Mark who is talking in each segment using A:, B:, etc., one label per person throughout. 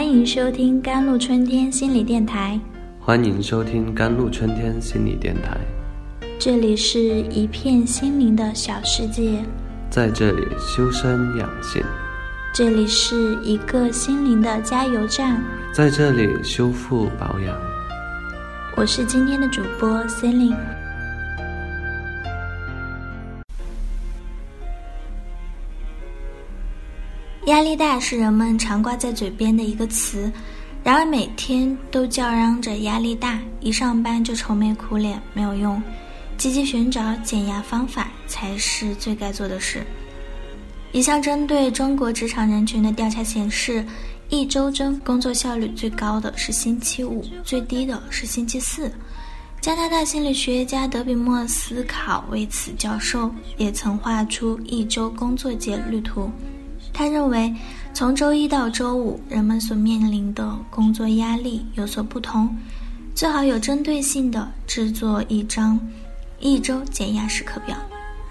A: 欢迎收听甘露春天心理电台。
B: 欢迎收听甘露春天心理电台。
A: 这里是一片心灵的小世界，
B: 在这里修身养性。
A: 这里是一个心灵的加油站，
B: 在这里修复保养。
A: 我是今天的主播 Celine。压力大是人们常挂在嘴边的一个词，然而每天都叫嚷着压力大，一上班就愁眉苦脸，没有用。积极寻找减压方法才是最该做的事。一项针对中国职场人群的调查显示，一周中工作效率最高的是星期五，最低的是星期四。加拿大心理学家德比莫斯考维茨教授也曾画出一周工作节律图。他认为，从周一到周五，人们所面临的工作压力有所不同，最好有针对性地制作一张一周减压时刻表。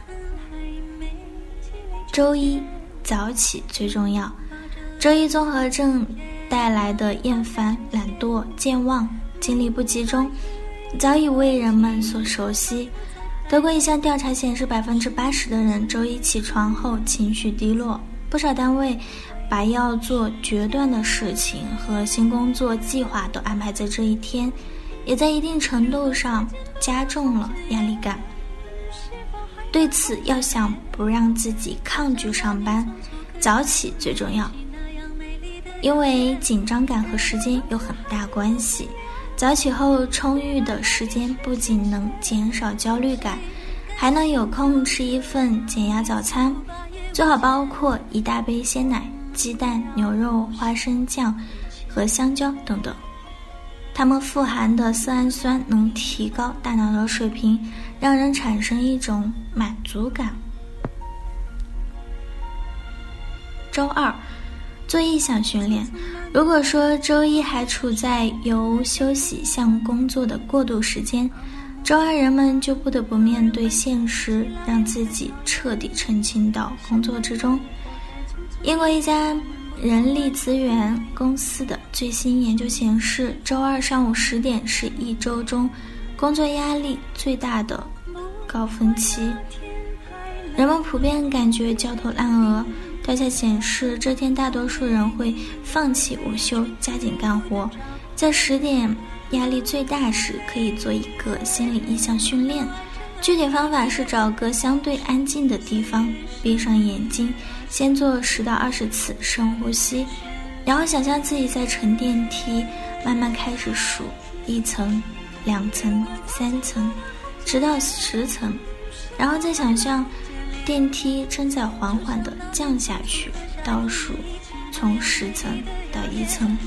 A: 周一早起最重要。周一综合症带来的厌烦、懒惰、健忘、精力不集中，早已为人们所熟悉。德国一项调查显示，80%的人周一起床后情绪低落。不少单位把要做决断的事情和新工作计划都安排在这一天，也在一定程度上加重了压力感。对此，要想不让自己抗拒上班，早起最重要。因为紧张感和时间有很大关系，早起后充裕的时间不仅能减少焦虑感，还能有空吃一份减压早餐，最好包括一大杯鲜奶、鸡蛋、牛肉、花生酱和香蕉等等。它们富含的色氨酸能提高大脑的水平，让人产生一种满足感。周二，做意向训练。如果说周一还处在由休息向工作的过渡时间，周二人们就不得不面对现实，让自己彻底沉浸到工作之中。英国一家人力资源公司的最新研究显示，周二上午10点是一周中工作压力最大的高峰期，人们普遍感觉焦头烂额。调查显示，这天大多数人会放弃午休，加紧干活。在10点压力最大时，可以做一个心理意向训练。具体方法是找个相对安静的地方，闭上眼睛，先做10到20次深呼吸，然后想象自己在乘电梯，慢慢开始数1层、2层、3层，直到10层，然后再想象电梯正在缓缓地降下去，倒数从10层到1层。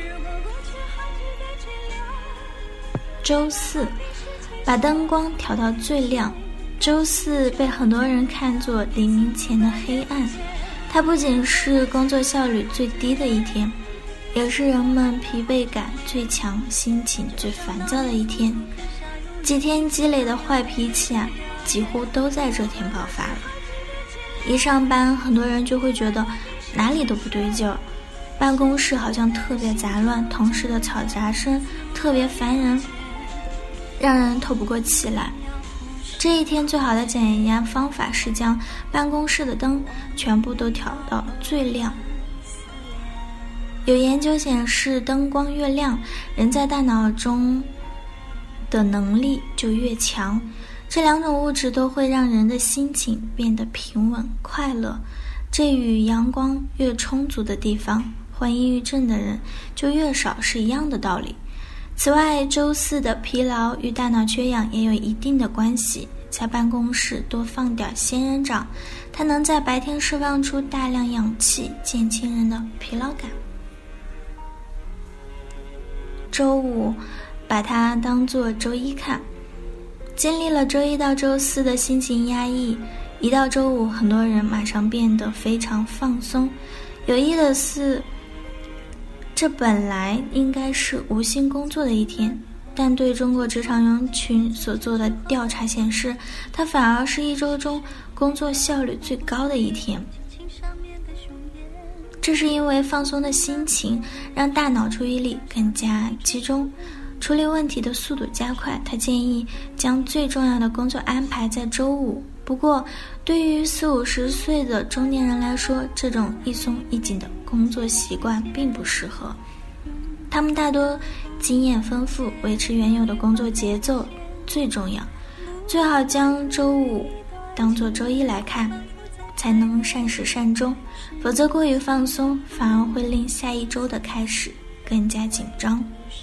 A: 周四，把灯光调到最亮。周四被很多人看作黎明前的黑暗，它不仅是工作效率最低的一天，也是人们疲惫感最强、心情最烦躁的一天。几天积累的坏脾气几乎都在这天爆发了。一上班，很多人就会觉得哪里都不对劲儿，办公室好像特别杂乱，同事的吵杂声特别烦人，让人透不过气来。这一天最好的减压方法是将办公室的灯全部都调到最亮。有研究显示，灯光越亮，人在大脑中的能力就越强。这两种物质都会让人的心情变得平稳快乐，这与阳光越充足的地方，患抑郁症的人就越少是一样的道理。此外，周四的疲劳与大脑缺氧也有一定的关系。在办公室多放点仙人掌，它能在白天释放出大量氧气，减轻人的疲劳感。周五，把它当作周一看。经历了周一到周四的心情压抑，一到周五，很多人马上变得非常放松。有意的是，这本来应该是无心工作的一天，但对中国职场人群所做的调查显示，它反而是一周中工作效率最高的一天。这这是因为放松的心情让大脑注意力更加集中，处理问题的速度加快。他建议将最重要的工作安排在周五。不过对于40-50岁的中年人来说，这种一松一紧的工作习惯并不适合。他们大多经验丰富，维持原有的工作节奏最重要，最好将周五当作周一来看，才能善始善终，否则过于放松反而会令下一周的开始更加紧张。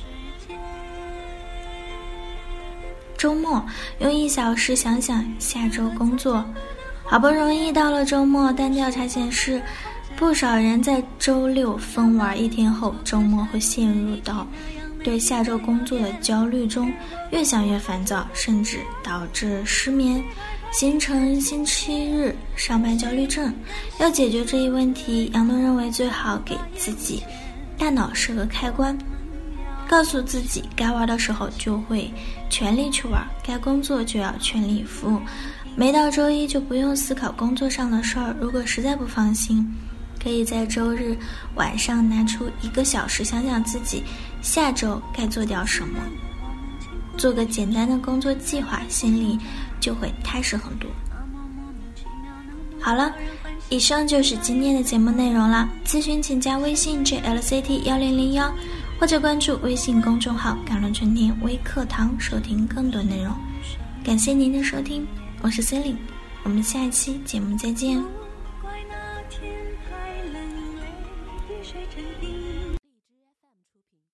A: 周末用1小时想想下周工作。好不容易到了周末，但调查显示不少人在周六疯玩一天后，周末会陷入到对下周工作的焦虑中，越想越烦躁，甚至导致失眠，形成星期日上班焦虑症。要解决这一问题，杨东认为最好给自己大脑设个开关，告诉自己该玩的时候就会全力去玩，该工作就要全力以赴。每到周一就不用思考工作上的事儿，如果实在不放心，可以在周日晚上拿出1个小时想想自己下周该做掉什么，做个简单的工作计划，心里就会踏实很多。好了，以上就是今天的节目内容了。咨询请加微信 JLCT1001，或者关注微信公众号甘露春天微课堂收听更多内容。感谢您的收听，我是 Celine， 我们下一期节目再见。